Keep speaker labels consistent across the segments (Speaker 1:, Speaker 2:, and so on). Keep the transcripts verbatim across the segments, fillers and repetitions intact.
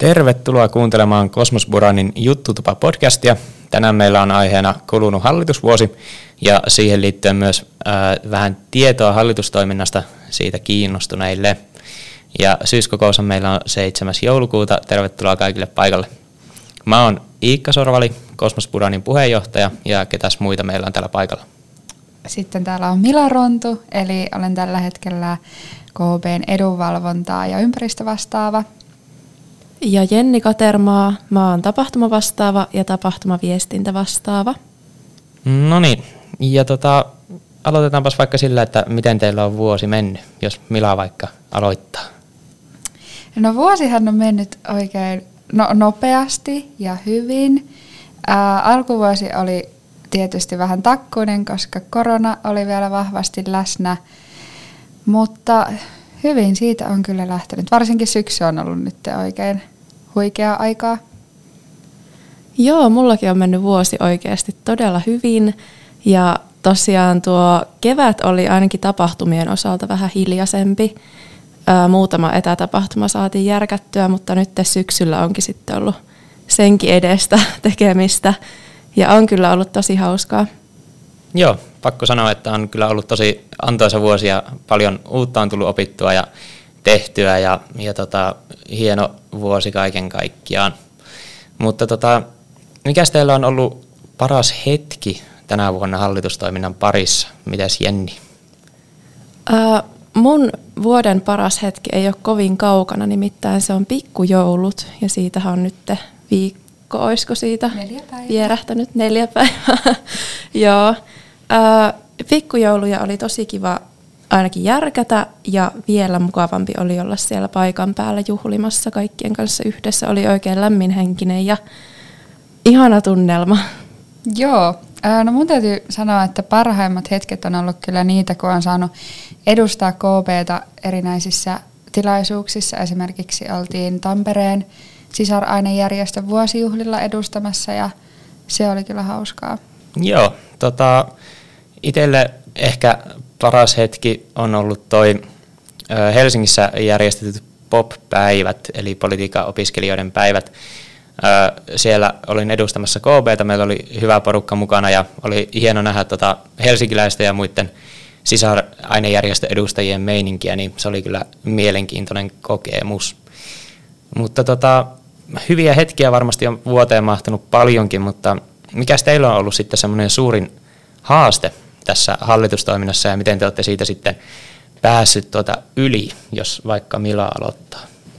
Speaker 1: Tervetuloa kuuntelemaan Kosmosburanin Juttutupa-podcastia. Tänään meillä on aiheena kulunut hallitusvuosi ja siihen liittyen myös äh, vähän tietoa hallitustoiminnasta siitä kiinnostuneille. Ja syyskokous on meillä on seitsemäs joulukuuta. Tervetuloa kaikille paikalle. Mä oon Iikka Sorvali, Kosmosburanin puheenjohtaja, ja ketäs muita meillä on täällä paikalla?
Speaker 2: Sitten täällä on Mila Rontu, eli olen tällä hetkellä K B:n edunvalvontaa ja ympäristövastaava.
Speaker 3: Ja Jenni Katermaa, mä oon tapahtumavastaava ja tapahtumaviestintävastaava.
Speaker 1: No niin, ja tota, aloitetaanpas vaikka sillä, että miten teillä on vuosi mennyt, jos Mila vaikka aloittaa.
Speaker 2: No vuosihan on mennyt oikein no, nopeasti ja hyvin. Ää, alkuvuosi oli tietysti vähän takkuinen, koska korona oli vielä vahvasti läsnä, mutta hyvin siitä on kyllä lähtenyt. Varsinkin syksy on ollut nyt oikein huikeaa aikaa.
Speaker 3: Joo, mullakin on mennyt vuosi oikeasti todella hyvin. Ja tosiaan tuo kevät oli ainakin tapahtumien osalta vähän hiljaisempi. Ää, muutama etätapahtuma saatiin järkättyä, mutta nyt syksyllä onkin sitten ollut senkin edestä tekemistä. Ja on kyllä ollut tosi hauskaa.
Speaker 1: Joo, pakko sanoa, että on kyllä ollut tosi antoisa vuosi ja paljon uutta on tullut opittua ja tehtyä ja, ja tota, hieno vuosi kaiken kaikkiaan. Mutta tota, mikäs teillä on ollut paras hetki tänä vuonna hallitustoiminnan parissa? Mitäs Jenni?
Speaker 3: Ää, mun vuoden paras hetki ei ole kovin kaukana, nimittäin se on pikkujoulut ja siitähän on nyt viikko, olisiko siitä
Speaker 2: neljä päivää.
Speaker 3: Vierähtänyt neljä päivää. Joo. Ää, pikkujouluja oli tosi kiva ainakin järkätä ja vielä mukavampi oli olla siellä paikan päällä juhlimassa kaikkien kanssa yhdessä. Oli oikein lämminhenkinen ja ihana tunnelma.
Speaker 2: Joo, no mun täytyy sanoa, että parhaimmat hetket on ollut kyllä niitä, kun on saanut edustaa K B:tä erinäisissä tilaisuuksissa. Esimerkiksi oltiin Tampereen sisarainejärjestön vuosijuhlilla edustamassa ja se oli kyllä hauskaa.
Speaker 1: Joo, tota, itselle ehkä paras hetki on ollut toi ö, Helsingissä järjestetyt P O P-päivät, eli politiikan opiskelijoiden päivät. Ö, siellä olin edustamassa K B:tä, meillä oli hyvä porukka mukana ja oli hieno nähdä tota helsinkiläisten ja muiden sisarainejärjestön edustajien meininkiä, niin se oli kyllä mielenkiintoinen kokemus. Mutta tota, hyviä hetkiä varmasti on vuoteen mahtunut paljonkin, mutta mikäs teillä on ollut sitten semmoinen suurin haaste tässä hallitustoiminnassa ja miten te olette siitä sitten päässyt tuota yli, jos vaikka Mila aloittaa?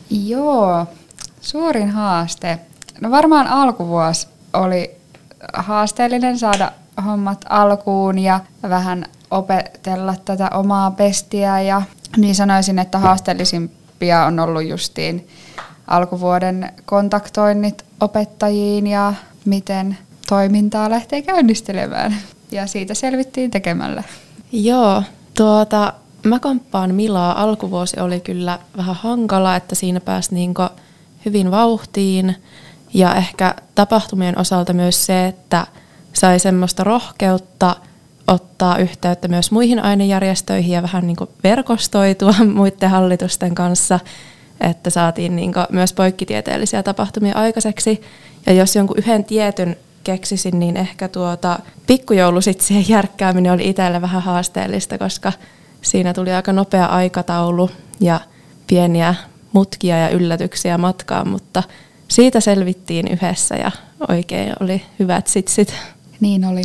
Speaker 2: Joo, suurin haaste. No varmaan alkuvuosi oli haasteellinen saada hommat alkuun ja vähän opetella tätä omaa pestiä ja niin sanoisin, että haasteellisimpia on ollut justiin alkuvuoden kontaktoinnit opettajiin ja miten toimintaa lähtee käynnistelemään. Ja siitä selvittiin tekemällä.
Speaker 3: Joo, tuota, mä komppaan Milaa. Alkuvuosi oli kyllä vähän hankala, että siinä pääsi niinku hyvin vauhtiin. Ja ehkä tapahtumien osalta myös se, että sai semmoista rohkeutta ottaa yhteyttä myös muihin ainejärjestöihin ja vähän niinku verkostoitua muiden hallitusten kanssa, että saatiin niinku myös poikkitieteellisiä tapahtumia aikaiseksi. Ja jos jonkun yhden tietyn keksisin, niin ehkä tuota pikkujoulu sitten siihen järkkääminen oli itselle vähän haasteellista, koska siinä tuli aika nopea aikataulu ja pieniä mutkia ja yllätyksiä matkaan, mutta siitä selvittiin yhdessä ja oikein oli hyvät sitsit.
Speaker 2: Niin oli.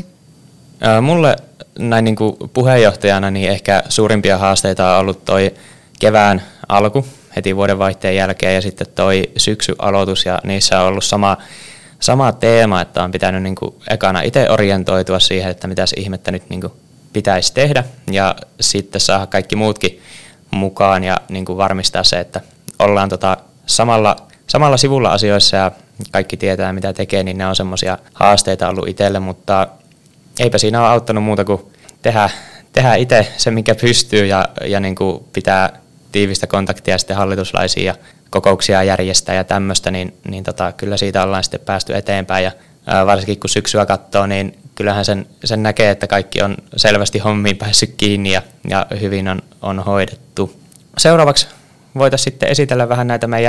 Speaker 1: Mulle näin niin kuin puheenjohtajana niin ehkä suurimpia haasteita on ollut toi kevään alku heti vuodenvaihteen jälkeen ja sitten toi syksyaloitus ja niissä on ollut sama Sama teema, että on pitänyt niin kuin ekana itse orientoitua siihen, että mitä se ihmettä nyt niin kuin pitäisi tehdä ja sitten saada kaikki muutkin mukaan ja niin kuin varmistaa se, että ollaan tota samalla, samalla sivulla asioissa ja kaikki tietää mitä tekee, niin ne on semmoisia haasteita ollut itselle, mutta eipä siinä ole auttanut muuta kuin tehdä, tehdä itse se, mikä pystyy ja, ja niin kuin pitää tiivistä kontaktia sitten hallituslaisiin ja kokouksia järjestää ja tämmöistä, niin, niin tota, kyllä siitä ollaan sitten päästy eteenpäin ja ää, varsinkin kun syksyä katsoo, niin kyllähän sen, sen näkee, että kaikki on selvästi hommiin päässyt kiinni ja, ja hyvin on, on hoidettu. Seuraavaksi voitaisiin sitten esitellä vähän näitä meidän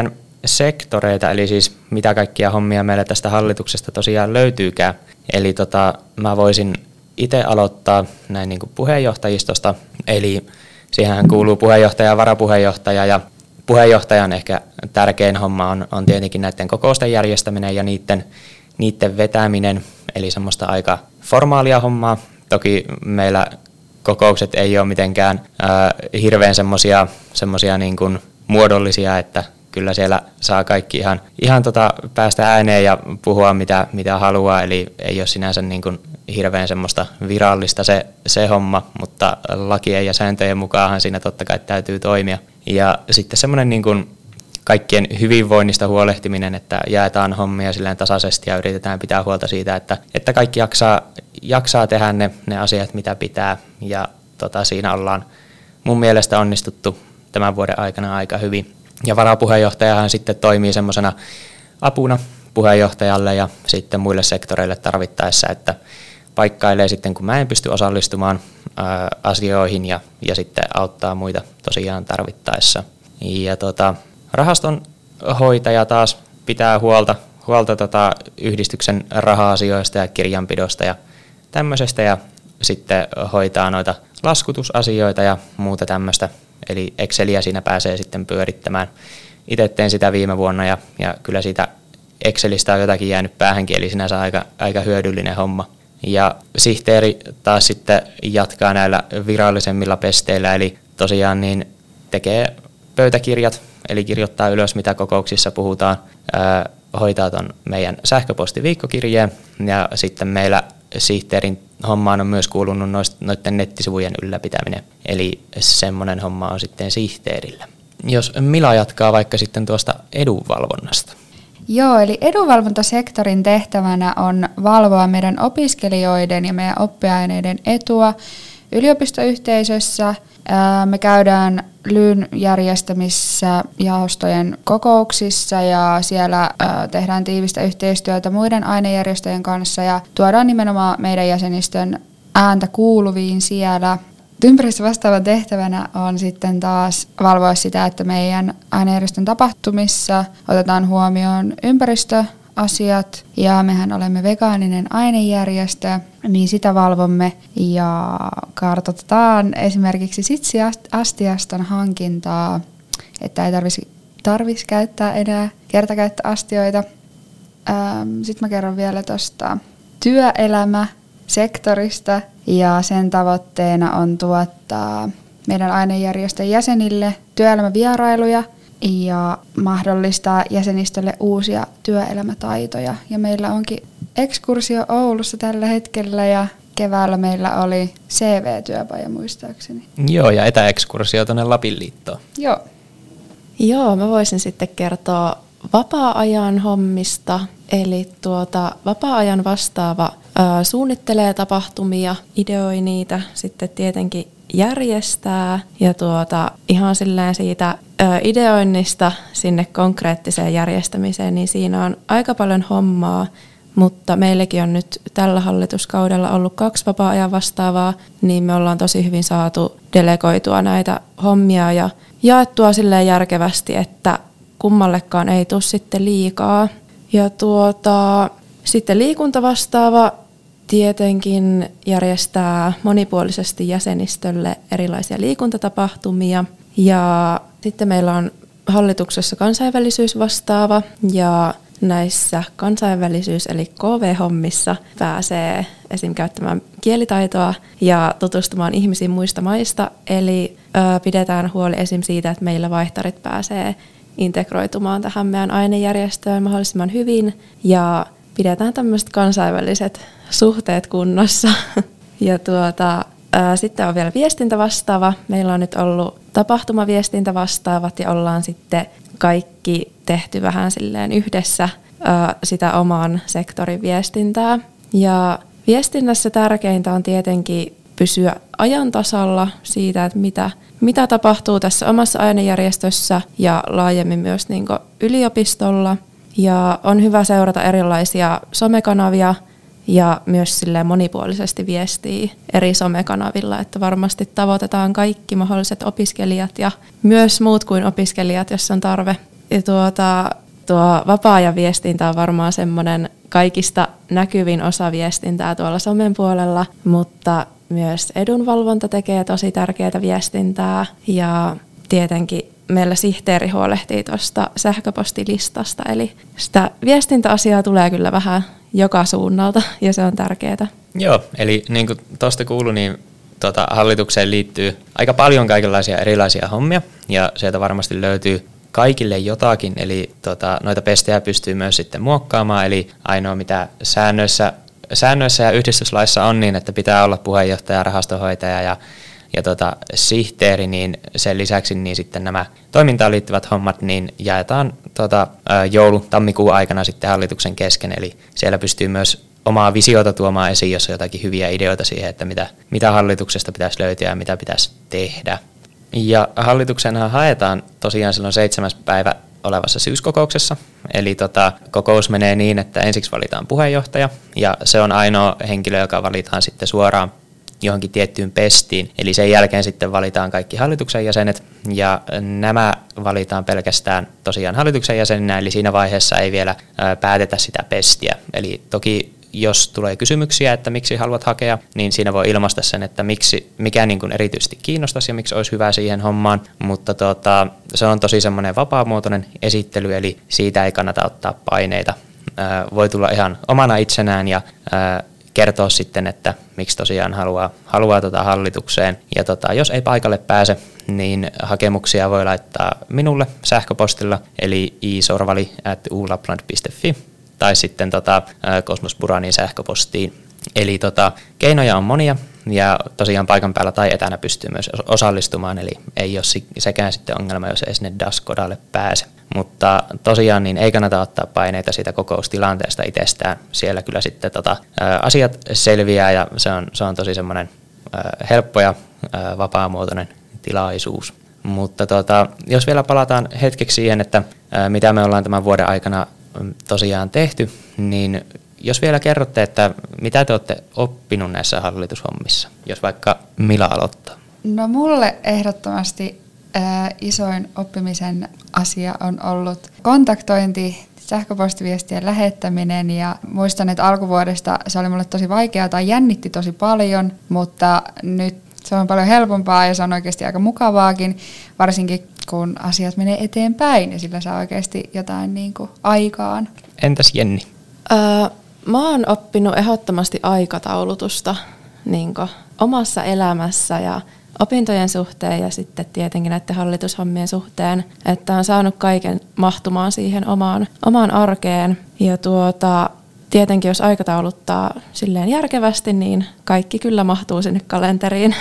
Speaker 1: sektoreita, eli siis mitä kaikkia hommia meillä tästä hallituksesta tosiaan löytyykään. Eli tota, mä voisin itse aloittaa näin niin kuin puheenjohtajistosta, eli siihen kuuluu puheenjohtaja ja varapuheenjohtaja, ja puheenjohtajan ehkä tärkein homma on, on tietenkin näiden kokousten järjestäminen ja niiden, niiden vetäminen, eli semmoista aika formaalia hommaa. Toki meillä kokoukset ei ole mitenkään ää, hirveän semmoisia semmoisia niin kuin muodollisia, että kyllä siellä saa kaikki ihan, ihan tota päästä ääneen ja puhua mitä, mitä haluaa, eli ei ole sinänsä niin kuin hirveän semmoista virallista se, se homma, mutta lakien ja sääntöjen mukaanhan siinä totta kai täytyy toimia. Ja sitten semmoinen niin kuin kaikkien hyvinvoinnista huolehtiminen, että jaetaan hommia silleen tasaisesti ja yritetään pitää huolta siitä, että, että kaikki jaksaa, jaksaa tehdä ne, ne asiat, mitä pitää. Ja tota, siinä ollaan mun mielestä onnistuttu tämän vuoden aikana aika hyvin. Ja varapuheenjohtajahan sitten toimii semmoisena apuna puheenjohtajalle ja sitten muille sektoreille tarvittaessa, että paikkailee sitten, kun mä en pysty osallistumaan ää, asioihin ja, ja sitten auttaa muita tosiaan tarvittaessa. Ja tota, rahaston hoitaja taas pitää huolta, huolta tota yhdistyksen raha-asioista ja kirjanpidosta ja tämmöisestä ja sitten hoitaa noita laskutusasioita ja muuta tämmöistä. Eli Exceliä siinä pääsee sitten pyörittämään. Itse tein sitä viime vuonna ja, ja kyllä siitä Excelistä on jotakin jäänyt päähänkin, eli sinänsä aika, aika hyödyllinen homma. Ja sihteeri taas sitten jatkaa näillä virallisemmilla pesteillä, eli tosiaan niin tekee pöytäkirjat, eli kirjoittaa ylös, mitä kokouksissa puhutaan, ää, hoitaa ton meidän sähköpostiviikkokirjeen, ja sitten meillä sihteerin hommaan on myös kuulunut noiden nettisivujen ylläpitäminen, eli semmoinen homma on sitten sihteerillä. Jos Mila jatkaa vaikka sitten tuosta edunvalvonnasta.
Speaker 2: Joo, eli edunvalvontasektorin tehtävänä on valvoa meidän opiskelijoiden ja meidän oppiaineiden etua yliopistoyhteisössä. Me käydään Lyn järjestämissä jaostojen kokouksissa ja siellä tehdään tiivistä yhteistyötä muiden ainejärjestöjen kanssa ja tuodaan nimenomaan meidän jäsenistön ääntä kuuluviin siellä. Ympäristövastaavan tehtävänä on sitten taas valvoa sitä, että meidän ainejärjestön tapahtumissa otetaan huomioon ympäristöasiat ja mehän olemme vegaaninen ainejärjestö, niin sitä valvomme ja kartoitetaan esimerkiksi sitsiastiaston hankintaa, että ei tarvitsisi tarvis käyttää enää kertakäyttöastioita. Sitten mä kerron vielä tuosta työelämäsektorista. Ja sen tavoitteena on tuottaa meidän ainejärjestön jäsenille työelämävierailuja ja mahdollistaa jäsenistölle uusia työelämätaitoja. Ja meillä onkin ekskursio Oulussa tällä hetkellä ja keväällä meillä oli C V-työpaja muistaakseni.
Speaker 1: Joo, ja etäekskursio tuonne Lapin liittoon.
Speaker 2: Joo.
Speaker 3: Joo, mä voisin sitten kertoa vapaa-ajan hommista. Eli tuota, vapaa-ajan vastaava ää, suunnittelee tapahtumia, ideoi niitä, sitten tietenkin järjestää ja tuota, ihan silleen siitä ää, ideoinnista sinne konkreettiseen järjestämiseen, niin siinä on aika paljon hommaa, mutta meilläkin on nyt tällä hallituskaudella ollut kaksi vapaa-ajan vastaavaa, niin me ollaan tosi hyvin saatu delegoitua näitä hommia ja jaettua silleen järkevästi, että kummallekaan ei tule sitten liikaa. Ja tuota, sitten liikuntavastaava tietenkin järjestää monipuolisesti jäsenistölle erilaisia liikuntatapahtumia. Ja sitten meillä on hallituksessa kansainvälisyysvastaava ja näissä kansainvälisyys- eli K V-hommissa pääsee esim. Käyttämään kielitaitoa ja tutustumaan ihmisiin muista maista. Eli ö, pidetään huoli esim. Siitä, että meillä vaihtarit pääsee integroitumaan tähän meidän ainejärjestöön mahdollisimman hyvin ja pidetään tämmöiset kansainväliset suhteet kunnossa. Ja tuota, ää, sitten on vielä viestintävastaava. Meillä on nyt ollut tapahtumaviestintävastaavat ja ollaan sitten kaikki tehty vähän silleen yhdessä ää, sitä oman sektorin viestintää. Ja viestinnässä tärkeintä on tietenkin pysyä ajan tasalla siitä, että mitä mitä tapahtuu tässä omassa ainejärjestössä ja laajemmin myös niin kuin yliopistolla. Ja on hyvä seurata erilaisia somekanavia ja myös silleen monipuolisesti viestiä eri somekanavilla, että varmasti tavoitetaan kaikki mahdolliset opiskelijat ja myös muut kuin opiskelijat, jos on tarve. Ja tuota, tuo vapaa-ajan viestintä on varmaan semmoinen kaikista näkyvin osa viestintää tuolla somen puolella, mutta myös edunvalvonta tekee tosi tärkeää viestintää ja tietenkin meillä sihteeri huolehtii tuosta sähköpostilistasta, eli sitä viestintäasiaa tulee kyllä vähän joka suunnalta ja se on tärkeää.
Speaker 1: Joo, eli niin kuin tuosta kuului, niin tuota, hallitukseen liittyy aika paljon kaikenlaisia erilaisia hommia ja sieltä varmasti löytyy kaikille jotakin, eli tota, noita pestejä pystyy myös sitten muokkaamaan, eli ainoa mitä säännöissä, säännöissä ja yhdistyslaissa on niin, että pitää olla puheenjohtaja, rahastonhoitaja ja, ja tota, sihteeri, niin sen lisäksi niin sitten nämä toimintaan liittyvät hommat niin jaetaan tota, joulu-tammikuun aikana sitten hallituksen kesken, eli siellä pystyy myös omaa visiota tuomaan esiin, jos on jotakin hyviä ideoita siihen, että mitä, mitä hallituksesta pitäisi löytyä ja mitä pitäisi tehdä. Ja hallituksenhan haetaan tosiaan silloin seitsemäs päivä olevassa syyskokouksessa. Eli tota, kokous menee niin, että ensiksi valitaan puheenjohtaja ja se on ainoa henkilö, joka valitaan sitten suoraan johonkin tiettyyn pestiin. Eli sen jälkeen sitten valitaan kaikki hallituksen jäsenet ja nämä valitaan pelkästään tosiaan hallituksen jäseninä, eli siinä vaiheessa ei vielä ää, päätetä sitä pestiä. Eli toki jos tulee kysymyksiä, että miksi haluat hakea, niin siinä voi ilmaista sen, että miksi, mikä niin kuin erityisesti kiinnostaisi ja miksi olisi hyvä siihen hommaan. Mutta tota, se on tosi semmoinen vapaamuotoinen esittely, eli siitä ei kannata ottaa paineita. Ää, voi tulla ihan omana itsenään ja ää, kertoa sitten, että miksi tosiaan haluaa, haluaa tota hallitukseen. Ja tota, jos ei paikalle pääse, niin hakemuksia voi laittaa minulle sähköpostilla, eli i sorvali at u lapland piste fi. Tai sitten tota, Cosmos Buranin sähköpostiin. Eli tota, keinoja on monia ja tosiaan paikan päällä tai etänä pystyy myös osallistumaan, eli ei ole sekään sitten ongelma, jos ei sinne DAS-kodalle pääse. Mutta tosiaan niin ei kannata ottaa paineita siitä kokoustilanteesta itsestään. Siellä kyllä sitten tota, asiat selviää ja se on, se on tosi semmoinen helppo ja vapaamuotoinen tilaisuus. Mutta tota, jos vielä palataan hetkeksi siihen, että mitä me ollaan tämän vuoden aikana tosiaan tehty, niin jos vielä kerrotte, että mitä te olette oppinut näissä hallitushommissa, jos vaikka Mila aloittaa?
Speaker 2: No mulle ehdottomasti ää, isoin oppimisen asia on ollut kontaktointi, sähköpostiviestien lähettäminen ja muistan, että alkuvuodesta se oli mulle tosi vaikeaa tai jännitti tosi paljon, mutta nyt se on paljon helpompaa ja se on oikeasti aika mukavaakin, varsinkin kun asiat menee eteenpäin ja sillä saa oikeasti jotain niin kuin aikaan.
Speaker 1: Entäs Jenni?
Speaker 3: Öö, mä oon oppinut ehdottomasti aikataulutusta niin kuin omassa elämässä ja opintojen suhteen ja sitten tietenkin näiden hallitushommien suhteen, että on saanut kaiken mahtumaan siihen omaan, omaan arkeen. Ja tuota, tietenkin jos aikatauluttaa silleen järkevästi, niin kaikki kyllä mahtuu sinne kalenteriin.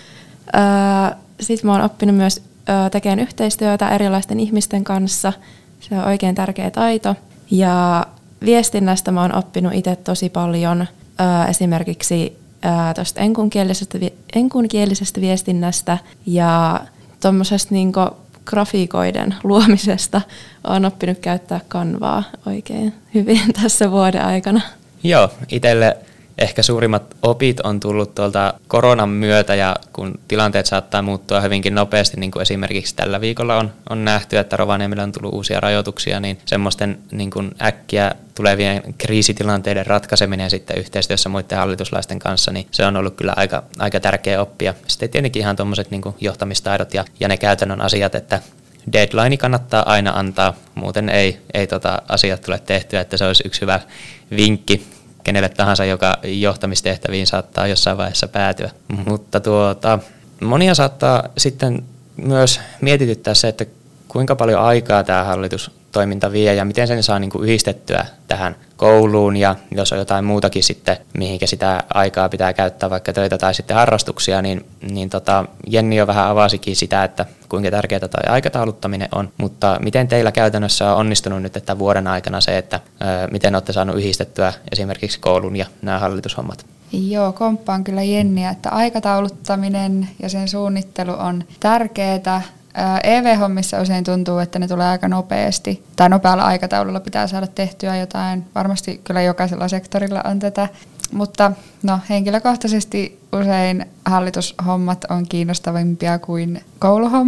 Speaker 3: Sitten mä oon oppinut myös tekemään yhteistyötä erilaisten ihmisten kanssa. Se on oikein tärkeä taito. Ja viestinnästä mä oon oppinut itse tosi paljon. Esimerkiksi tuosta enkunkielisestä, enkunkielisestä viestinnästä ja tuommoisesta niinku grafiikoiden luomisesta olen oppinut käyttää Canvaa oikein hyvin tässä vuoden aikana.
Speaker 1: Joo, itselle ehkä suurimmat opit on tullut tuolta koronan myötä ja kun tilanteet saattaa muuttua hyvinkin nopeasti, niin kuin esimerkiksi tällä viikolla on, on nähty, että Rovaniemellä on tullut uusia rajoituksia, niin semmoisten niin kuin äkkiä tulevien kriisitilanteiden ratkaiseminen sitten yhteistyössä muiden hallituslaisten kanssa, niin se on ollut kyllä aika, aika tärkeä oppia. Sitten tietenkin ihan tuommoiset niin kuin johtamistaidot ja, ja ne käytännön asiat, että deadline kannattaa aina antaa, muuten ei, ei tota asiat tule tehtyä, että se olisi yksi hyvä vinkki kenelle tahansa, joka johtamistehtäviin saattaa jossain vaiheessa päätyä. Mutta tuota, monia saattaa sitten myös mietityttää se, että kuinka paljon aikaa tämä hallitustoiminta vie ja miten sen saa niin kuin yhdistettyä tähän kouluun ja jos on jotain muutakin sitten, mihinkä sitä aikaa pitää käyttää, vaikka töitä tai sitten harrastuksia, niin, niin tota, Jenni jo vähän avasikin sitä, että kuinka tärkeää tuo aikatauluttaminen on, mutta miten teillä käytännössä on onnistunut nyt että vuoden aikana se, että ää, miten olette saanut yhdistettyä esimerkiksi koulun ja nämä hallitushommat?
Speaker 2: Joo, komppaan kyllä Jenniä, että aikatauluttaminen ja sen suunnittelu on tärkeää. E V-hommissa usein tuntuu, että ne tulee aika nopeasti, tai nopealla aikataululla pitää saada tehtyä jotain. Varmasti kyllä jokaisella sektorilla on tätä, mutta no, henkilökohtaisesti usein hallitushommat on kiinnostavampia kuin kouluhommat.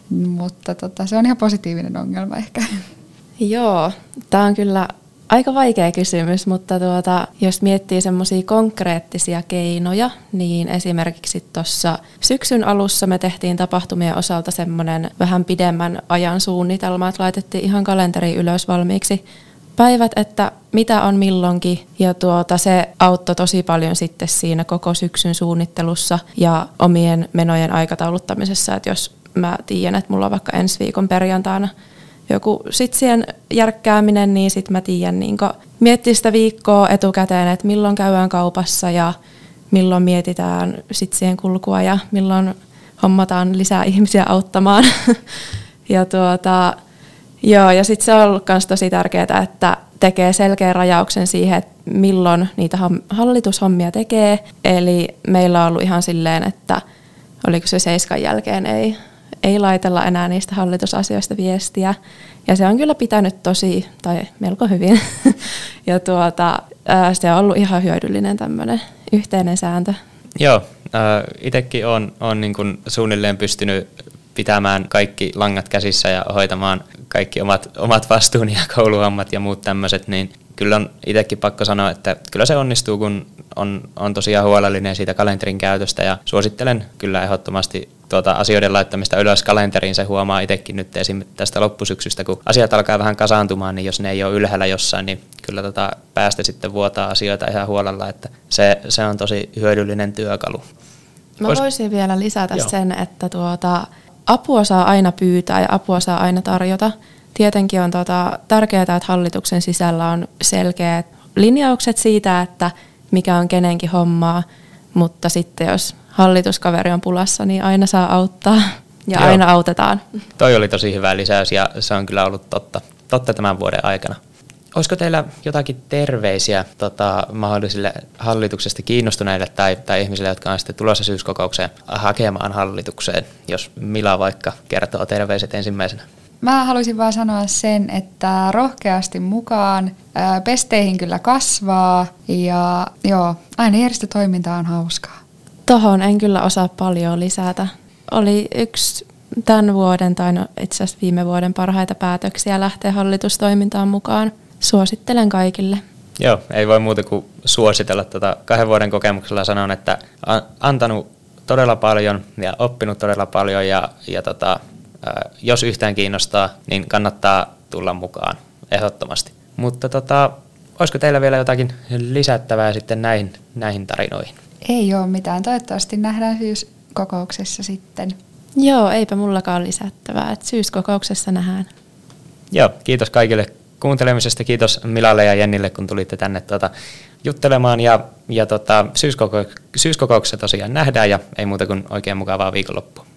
Speaker 2: mutta tota, se on ihan positiivinen ongelma ehkä.
Speaker 3: Joo, tämä on kyllä aika vaikea kysymys, mutta tuota, jos miettii semmoisia konkreettisia keinoja, niin esimerkiksi tuossa syksyn alussa me tehtiin tapahtumien osalta semmoinen vähän pidemmän ajan suunnitelma, että laitettiin ihan kalenteri ylös valmiiksi päivät, että mitä on milloinkin, ja tuota, se auttoi tosi paljon sitten siinä koko syksyn suunnittelussa ja omien menojen aikatauluttamisessa, että jos mä tiedän, että mulla on vaikka ensi viikon perjantaina joku sitsien järkkääminen, niin sitten mä tiedän niin miettiä sitä viikkoa etukäteen, että milloin käydään kaupassa ja milloin mietitään sitsien kulkua ja milloin hommataan lisää ihmisiä auttamaan. ja tuota, joo, ja sitten se on ollut myös tosi tärkeää, että tekee selkeän rajauksen siihen, että milloin niitä hallitushommia tekee. Eli meillä on ollut ihan silleen, että oliko se seiskan jälkeen ei ei laitella enää niistä hallitusasioista viestiä. Ja se on kyllä pitänyt tosi, tai melko hyvin. ja tuota, se on ollut ihan hyödyllinen tämmöinen yhteinen sääntö.
Speaker 1: Joo, itsekin olen, olen niin kuin suunnilleen pystynyt pitämään kaikki langat käsissä ja hoitamaan kaikki omat, omat vastuuni ja kouluhommat ja muut tämmöiset, niin kyllä on itsekin pakko sanoa, että kyllä se onnistuu, kun on, on tosiaan huolellinen siitä kalenterin käytöstä ja suosittelen kyllä ehdottomasti tuota asioiden laittamista ylös kalenteriin. Se huomaa itsekin nyt esimerkiksi tästä loppusyksystä, kun asiat alkaa vähän kasaantumaan, niin jos ne ei ole ylhäällä jossain, niin kyllä tota päästä sitten vuotaa asioita ihan huolella, että se, se on tosi hyödyllinen työkalu.
Speaker 3: Mä
Speaker 1: Ois...
Speaker 3: voisin vielä lisätä
Speaker 1: Joo.
Speaker 3: sen, että tuota, apua saa aina pyytää ja apua saa aina tarjota. Tietenkin on tuota, tärkeää, että hallituksen sisällä on selkeät linjaukset siitä, että mikä on kenenkin hommaa, mutta sitten jos hallituskaveri on pulassa, niin aina saa auttaa ja Joo. aina autetaan.
Speaker 1: Toi oli tosi hyvä lisäys ja se on kyllä ollut totta, totta tämän vuoden aikana. Olisiko teillä jotakin terveisiä tota, mahdollisille hallituksesta kiinnostuneille tai, tai ihmisille, jotka on sitten tulossa syyskokoukseen hakemaan hallitukseen, jos Mila vaikka kertoo terveiset ensimmäisenä?
Speaker 2: Mä haluaisin vaan sanoa sen, että rohkeasti mukaan, ää, pesteihin kyllä kasvaa ja joo, aina järjestötoiminta on hauskaa.
Speaker 3: Tohon en kyllä osaa paljon lisätä. Oli yksi tämän vuoden tai no itse asiassa viime vuoden parhaita päätöksiä lähteä hallitustoimintaan mukaan. Suosittelen kaikille.
Speaker 1: Joo, ei voi muuta kuin suositella. Tota, kahden vuoden kokemuksella sanon, että on antanut todella paljon ja oppinut todella paljon ja, ja tota, jos yhtään kiinnostaa, niin kannattaa tulla mukaan ehdottomasti. Mutta tota, olisiko teillä vielä jotakin lisättävää sitten näihin, näihin tarinoihin?
Speaker 2: Ei ole mitään. Toivottavasti nähdään syyskokouksessa sitten.
Speaker 3: Joo, eipä mullakaan lisättävää. Että syyskokouksessa nähdään.
Speaker 1: Joo, kiitos kaikille kuuntelemisesta. Kiitos Milalle ja Jennille, kun tulitte tänne tuota, juttelemaan. Ja, ja tota, syyskoko- syyskokouksessa tosiaan nähdään ja ei muuta kuin oikein mukavaa viikonloppua.